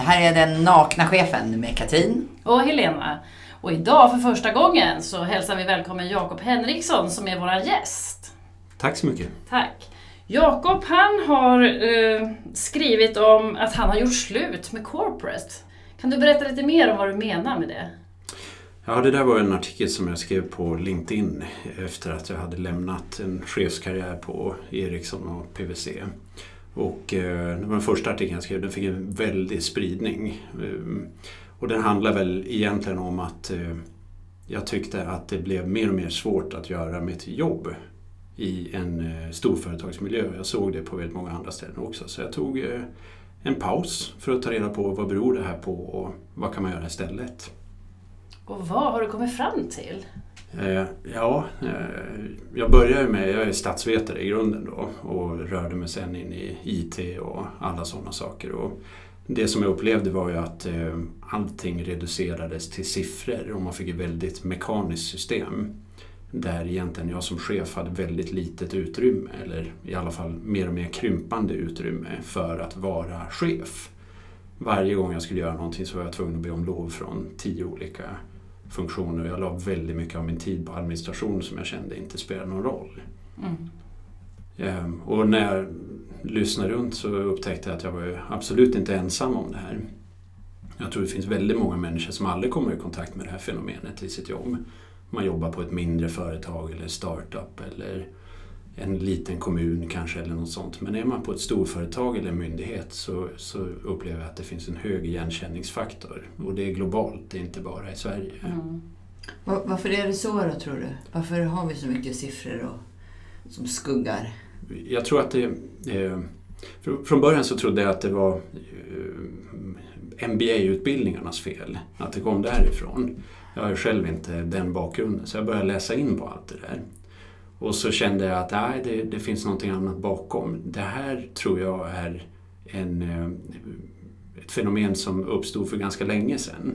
här är den nakna chefen med Katrin och Helena. Och idag för första gången så hälsar vi välkommen Jakob Henriksson som är vår gäst. Tack så mycket. Tack. Jakob, han har skrivit om att han har gjort slut med corporate. Kan du berätta lite mer om vad du menar med det? Ja, det där var en artikel som jag skrev på LinkedIn efter att jag hade lämnat en chefskarriär på Ericsson och PwC. Och det var den första artikeln jag skrev, den fick en väldig spridning. Och den handlar väl egentligen om att jag tyckte att det blev mer och mer svårt att göra mitt jobb i en storföretagsmiljö. Jag såg det på väldigt många andra ställen också. Så jag tog en paus för att ta reda på vad beror det här på och vad kan man göra istället. Och vad har du kommit fram till? Jag började med, jag är statsvetare i grunden då och rörde mig sen in i IT och alla sådana saker. Och det som jag upplevde var ju att allting reducerades till siffror och man fick ett väldigt mekaniskt system. Där egentligen jag som chef hade väldigt litet utrymme, eller i alla fall mer och mer krympande utrymme för att vara chef. Varje gång jag skulle göra någonting så var jag tvungen att be om lov från 10 olika funktioner. Jag la väldigt mycket av min tid på administration som jag kände inte spelade någon roll. Och när jag lyssnade runt så upptäckte jag att jag var absolut inte ensam om det här. Jag tror det finns väldigt många människor som aldrig kommer i kontakt med det här fenomenet i sitt jobb. Man jobbar på ett mindre företag eller startup eller en liten kommun kanske eller något sånt. Men är man på ett storföretag eller en myndighet så upplever jag att det finns en hög igenkänningsfaktor. Och det är globalt, det är inte bara i Sverige. Mm. Varför är det så då, tror du? Varför har vi så mycket siffror som skuggar? Jag tror att det... Från början så trodde jag att det var MBA-utbildningarnas fel. Att det kom därifrån. Jag har själv inte den bakgrunden så jag började läsa in på allt det där. Och så kände jag att det finns någonting annat bakom. Det här tror jag är ett fenomen som uppstod för ganska länge sedan.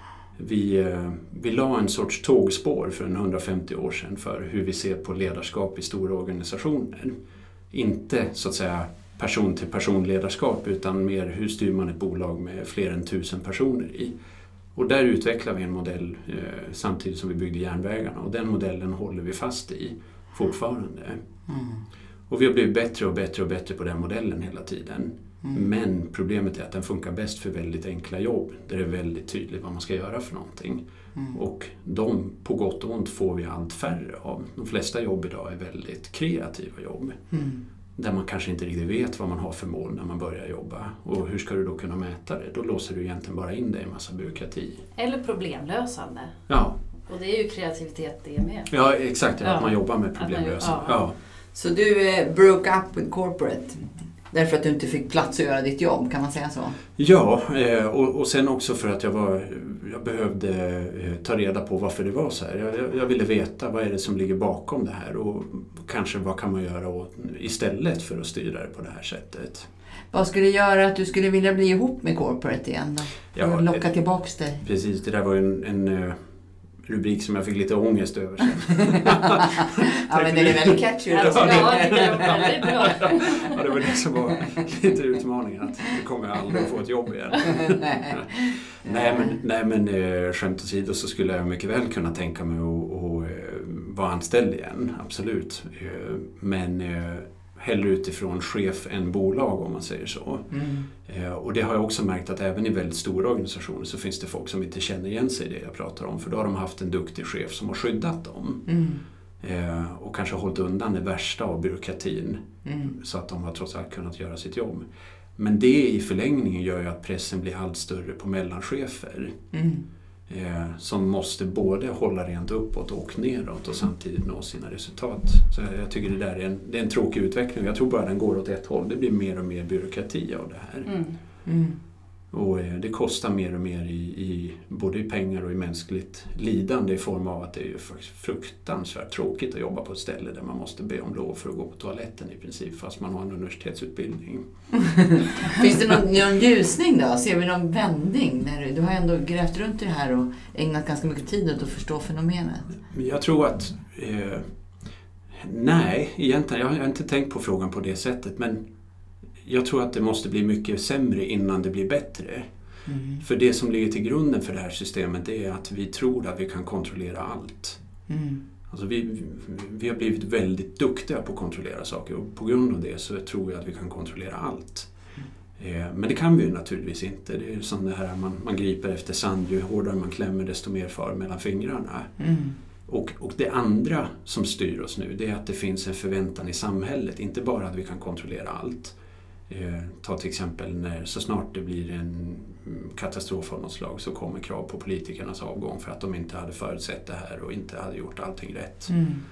Vi la en sorts tågspår för 150 år sedan för hur vi ser på ledarskap i stora organisationer. Inte så att säga person till person ledarskap utan mer hur styr man ett bolag med fler än 1000 personer i. Och där utvecklar vi en modell samtidigt som vi byggde järnvägarna och den modellen håller vi fast i fortfarande. Och vi har blivit bättre och bättre och bättre på den modellen hela tiden. Men problemet är att den funkar bäst för väldigt enkla jobb där det är väldigt tydligt vad man ska göra för någonting. Och de på gott och ont får vi allt färre av. De flesta jobb idag är väldigt kreativa jobb. Där man kanske inte riktigt vet vad man har för mål när man börjar jobba. Och hur ska du då kunna mäta det? Då låser du egentligen bara in dig i en massa byråkrati. Eller problemlösande. Ja. Och det är ju kreativitet det med. Ja, exakt. Att man jobbar med problemlösande. Ja. Så du broke up with corporate därför att du inte fick plats att göra ditt jobb, kan man säga så? Ja, och sen också för att jag behövde ta reda på varför det var så här. Jag ville veta vad är det som ligger bakom det här och kanske vad kan man göra istället för att styra det på det här sättet. Vad skulle göra att du skulle vilja bli ihop med corporate igen då? För att locka tillbaks dig? Precis, det där var ju en rubrik som jag fick lite ångest över sen. Ja, men det är väldigt catchy. Ja, det är väldigt bra. Ja, det var det som var lite utmaningen. Att det kommer jag aldrig att få ett jobb igen. Nej, men skämt åsido så skulle jag mycket väl kunna tänka mig att vara anställd igen. Absolut. Men hellre utifrån chef än bolag om man säger så. Och det har jag också märkt att även i väldigt stora organisationer så finns det folk som inte känner igen sig i det jag pratar om. För då har de haft en duktig chef som har skyddat dem. Och kanske hållit undan det värsta av byråkratin. Så att de har trots allt kunnat göra sitt jobb. Men det i förlängningen gör ju att pressen blir allt större på mellanchefer. Som måste både hålla rent uppåt och neråt och samtidigt nå sina resultat. Så jag tycker det där är en tråkig utveckling. Jag tror bara den går åt ett håll. Det blir mer och mer byråkrati av det här. Och det kostar mer och mer både i pengar och i mänskligt lidande i form av att det är ju fruktansvärt tråkigt att jobba på ett ställe där man måste be om lov för att gå på toaletten i princip fast man har en universitetsutbildning. Finns det någon ljusning då? Ser vi någon vändning? Du har ändå grävt runt i det här och ägnat ganska mycket tid åt att förstå fenomenet. Jag tror att nej, egentligen. Jag har inte tänkt på frågan på det sättet men jag tror att det måste bli mycket sämre innan det blir bättre. För det som ligger till grunden för det här systemet är att vi tror att vi kan kontrollera allt. Alltså vi har blivit väldigt duktiga på att kontrollera saker och på grund av det så tror jag att vi kan kontrollera allt. Men det kan vi ju naturligtvis inte. Det är som det här man griper efter sand, ju hårdare man klämmer desto mer far mellan fingrarna. Och det andra som styr oss nu det är att det finns en förväntan i samhället, inte bara att vi kan kontrollera allt. Ta till exempel när så snart det blir en katastrof av något slag så kommer krav på politikernas avgång för att de inte hade förutsett det här och inte hade gjort allting rätt.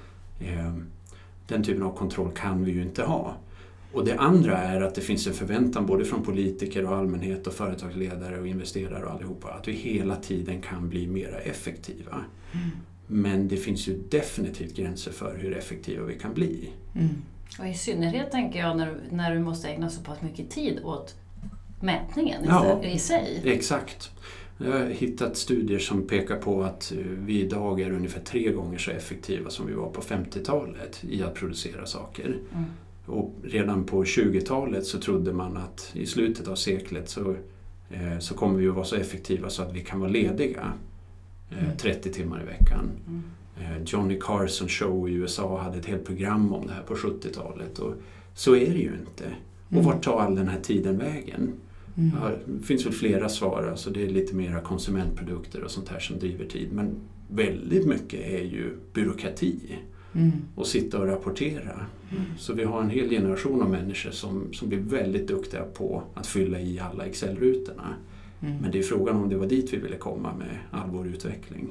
Den typen av kontroll kan vi ju inte ha. Och det andra är att det finns en förväntan både från politiker och allmänhet och företagsledare och investerare och allihopa att vi hela tiden kan bli mer effektiva. Men det finns ju definitivt gränser för hur effektiva vi kan bli. Och i synnerhet tänker jag när du måste ägna så pass mycket tid åt mätningen i sig. Exakt. Jag har hittat studier som pekar på att vi idag är ungefär 3 gånger så effektiva som vi var på 50-talet i att producera saker. Och redan på 20-talet så trodde man att i slutet av seklet så kommer vi att vara så effektiva så att vi kan vara lediga 30 timmar i veckan. Johnny Carson show i USA hade ett helt program om det här på 70-talet och så är det ju inte. Och vart tar all den här tiden vägen? Ja, det finns väl flera svar, alltså det är lite mera konsumentprodukter och sånt här som driver tid, men väldigt mycket är ju byråkrati och sitta och rapportera. Så vi har en hel generation av människor som blir väldigt duktiga på att fylla i alla Excel-rutorna. Men det är frågan om det var dit vi ville komma med all vår utveckling.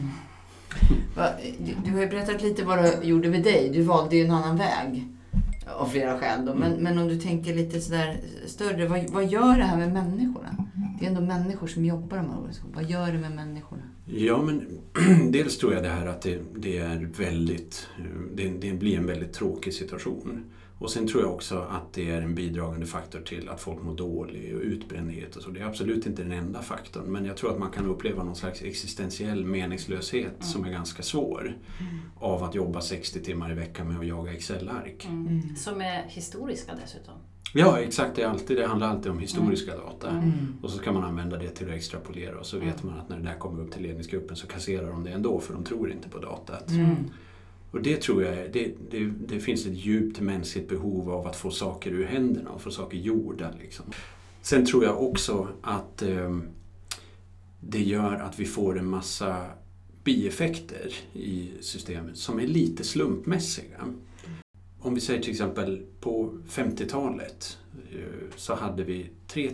Du har ju berättat lite vad du gjorde med dig. Du valde ju en annan väg av flera skäl då. Men om du tänker lite sådär större, vad gör det här med människorna? Det är ändå människor som jobbar med organisationer. Vad gör det med människorna? Ja, men dels tror jag det här att det är väldigt, det blir en väldigt tråkig situation. Och sen tror jag också att det är en bidragande faktor till att folk mår dåligt och utbrändhet och så. Det är absolut inte den enda faktorn, men jag tror att man kan uppleva någon slags existentiell meningslöshet som är ganska svår av att jobba 60 timmar i veckan med att jaga Excel-ark. Som är historiska dessutom. Ja, exakt. Det handlar alltid om historiska data. Och så kan man använda det till att extrapolera och så vet man att när det där kommer upp till ledningsgruppen så kasserar de det ändå för de tror inte på datat. Och det tror jag, det finns ett djupt mänskligt behov av att få saker ur händerna och få saker gjorda. Liksom. Sen tror jag också att det gör att vi får en massa bieffekter i systemet som är lite slumpmässiga. Om vi säger till exempel på 50-talet så hade vi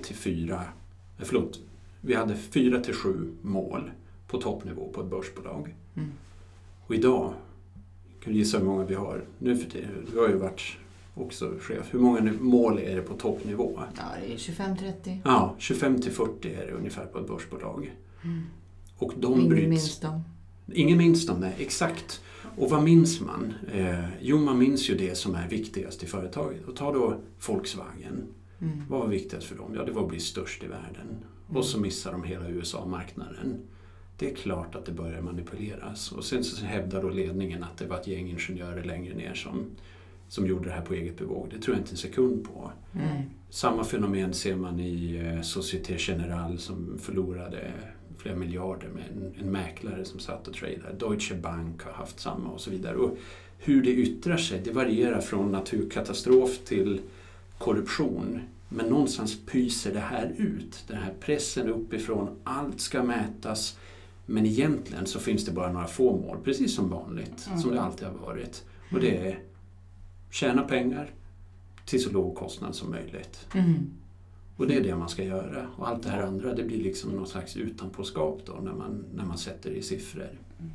4 till 7 mål på toppnivå på ett börsbolag. Och idag kan du gissa hur många vi har nu för tiden. Du har ju varit också chef. Hur många mål är det på toppnivå? Ja, det är 25-30. Ja, 25-40 är det ungefär på ett börsbolag. Och Ingen minns dem. Ingen minns dem, nej, exakt. Och vad minns man? Jo, man minns ju det som är viktigast i företaget. Och ta då Volkswagen. Vad var viktigast för dem? Ja, det var att bli störst i världen. Och så missar de hela USA-marknaden. Det är klart att det börjar manipuleras. Och sen så hävdar då ledningen att det var ett gäng ingenjörer längre ner som gjorde det här på eget bevåg. Det tror jag inte en sekund på. Samma fenomen ser man i Société Générale som förlorade flera miljarder med en mäklare som satt och tradade. Deutsche Bank har haft samma och så vidare. Och hur det yttrar sig, det varierar från naturkatastrof till korruption. Men någonstans pyser det här ut. Den här pressen uppifrån, allt ska mätas. Men egentligen så finns det bara några få mål, precis som vanligt, som det alltid har varit. Och det är tjäna pengar till så låg kostnad som möjligt. Och det är det man ska göra. Och allt det här andra, det blir liksom någon slags utanpåskap då när man sätter det i siffror.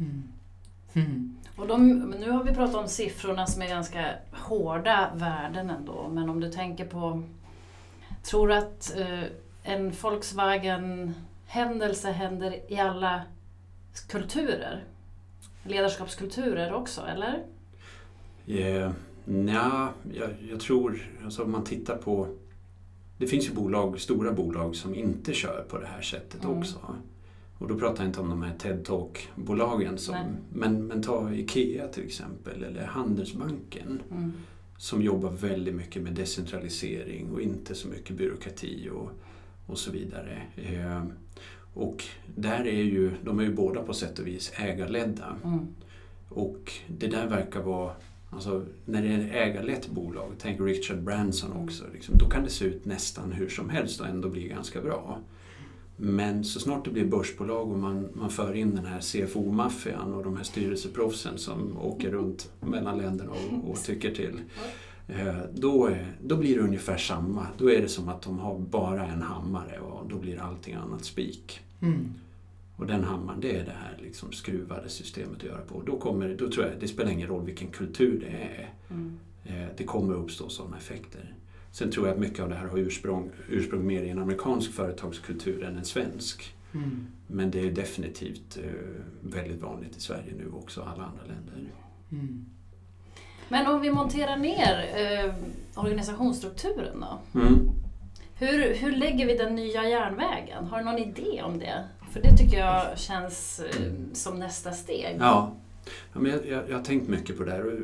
Och nu har vi pratat om siffrorna som är ganska hårda värden ändå. Men om du tänker på, tror du att en Volkswagen-händelse händer i alla kulturer? Ledarskapskulturer också, eller? Jag tror, alltså om man tittar på, det finns ju stora bolag som inte kör på det här sättet också. Och då pratar jag inte om de här TED Talk-bolagen men ta IKEA till exempel eller Handelsbanken som jobbar väldigt mycket med decentralisering och inte så mycket byråkrati och så vidare. Och där de är ju båda på sätt och vis ägarledda. Och det där verkar vara, alltså när det är ett ägarlett bolag, tänk Richard Branson också, liksom, då kan det se ut nästan hur som helst och ändå bli ganska bra. Men så snart det blir börsbolag och man för in den här CFO-maffian och de här styrelseproffsen som åker runt mellan länderna och tycker till, då blir det ungefär samma. Då är det som att de har bara en hammare och då blir allting annat spik. Och den hammaren, det är det här liksom skruvade systemet att göra på. Då tror jag, det spelar ingen roll vilken kultur det är. Det kommer uppstå sådana effekter. Sen tror jag att mycket av det här har ursprung mer i en amerikansk företagskultur än en svensk. Men det är definitivt väldigt vanligt i Sverige nu också, alla andra länder. Men om vi monterar ner organisationsstrukturen då? Hur lägger vi den nya järnvägen? Har du någon idé om det? För det tycker jag känns som nästa steg. Ja, men jag har tänkt mycket på det här.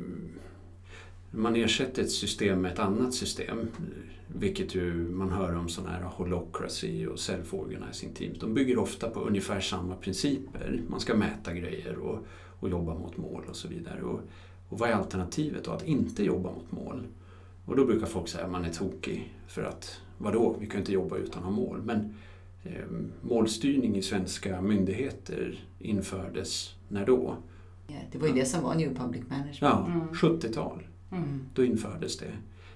Man ersätter ett system med ett annat system, vilket ju man hör om sådana här holocracy och self-organizing teams. De bygger ofta på ungefär samma principer. Man ska mäta grejer och jobba mot mål och så vidare. Och vad är alternativet då? Att inte jobba mot mål? Och då brukar folk säga att man är tokig för att, vadå? Vi kan inte jobba utan att ha mål. Men målstyrning i svenska myndigheter infördes när då? Det var ju det som var New Public Management. Ja, 70-tal. Då infördes det.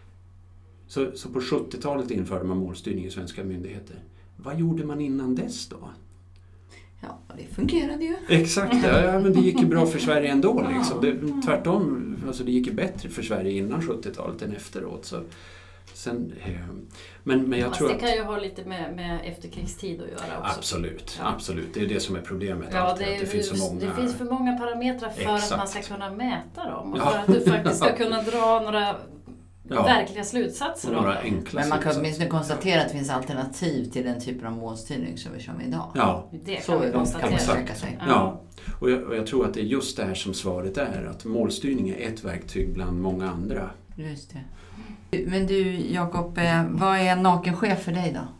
Så på 70-talet införde man målstyrning i svenska myndigheter. Vad gjorde man innan dess då? Ja, det fungerade ju. Exakt, ja, men det gick ju bra för Sverige ändå. Liksom. Tvärtom, alltså det gick ju bättre för Sverige innan 70-talet än efteråt. Så, sen, men jag tror det kan ju ha lite med efterkrigstid att göra också. Absolut. Det är det som är problemet. Ja, det finns för många parametrar för att man ska kunna mäta dem. Och för att du faktiskt ska kunna dra några verkliga slutsatser. Några enkla men man kan åtminstone konstatera att det finns alternativ till den typen av målstyrning som vi kör med idag. Ja, det kan vi konstatera. Ja. Och jag tror att det är just det här som svaret är. Att målstyrning är ett verktyg bland många andra. Just det. Men du Jakob, vad är en nakenchef för dig då?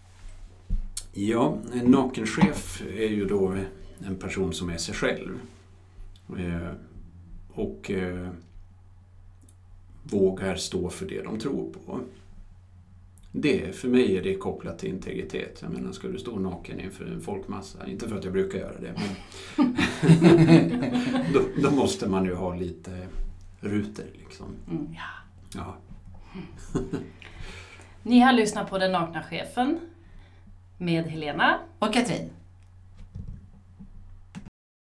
Ja, en nakenchef är ju då en person som är sig själv. Och vågar stå för det de tror på. För mig är det kopplat till integritet. Jag menar, ska du stå naken inför en folkmassa? Inte för att jag brukar göra det, men då måste man ju ha lite ruter liksom. Ja. Ni har lyssnat på Den nakna chefen med Helena och Katrin.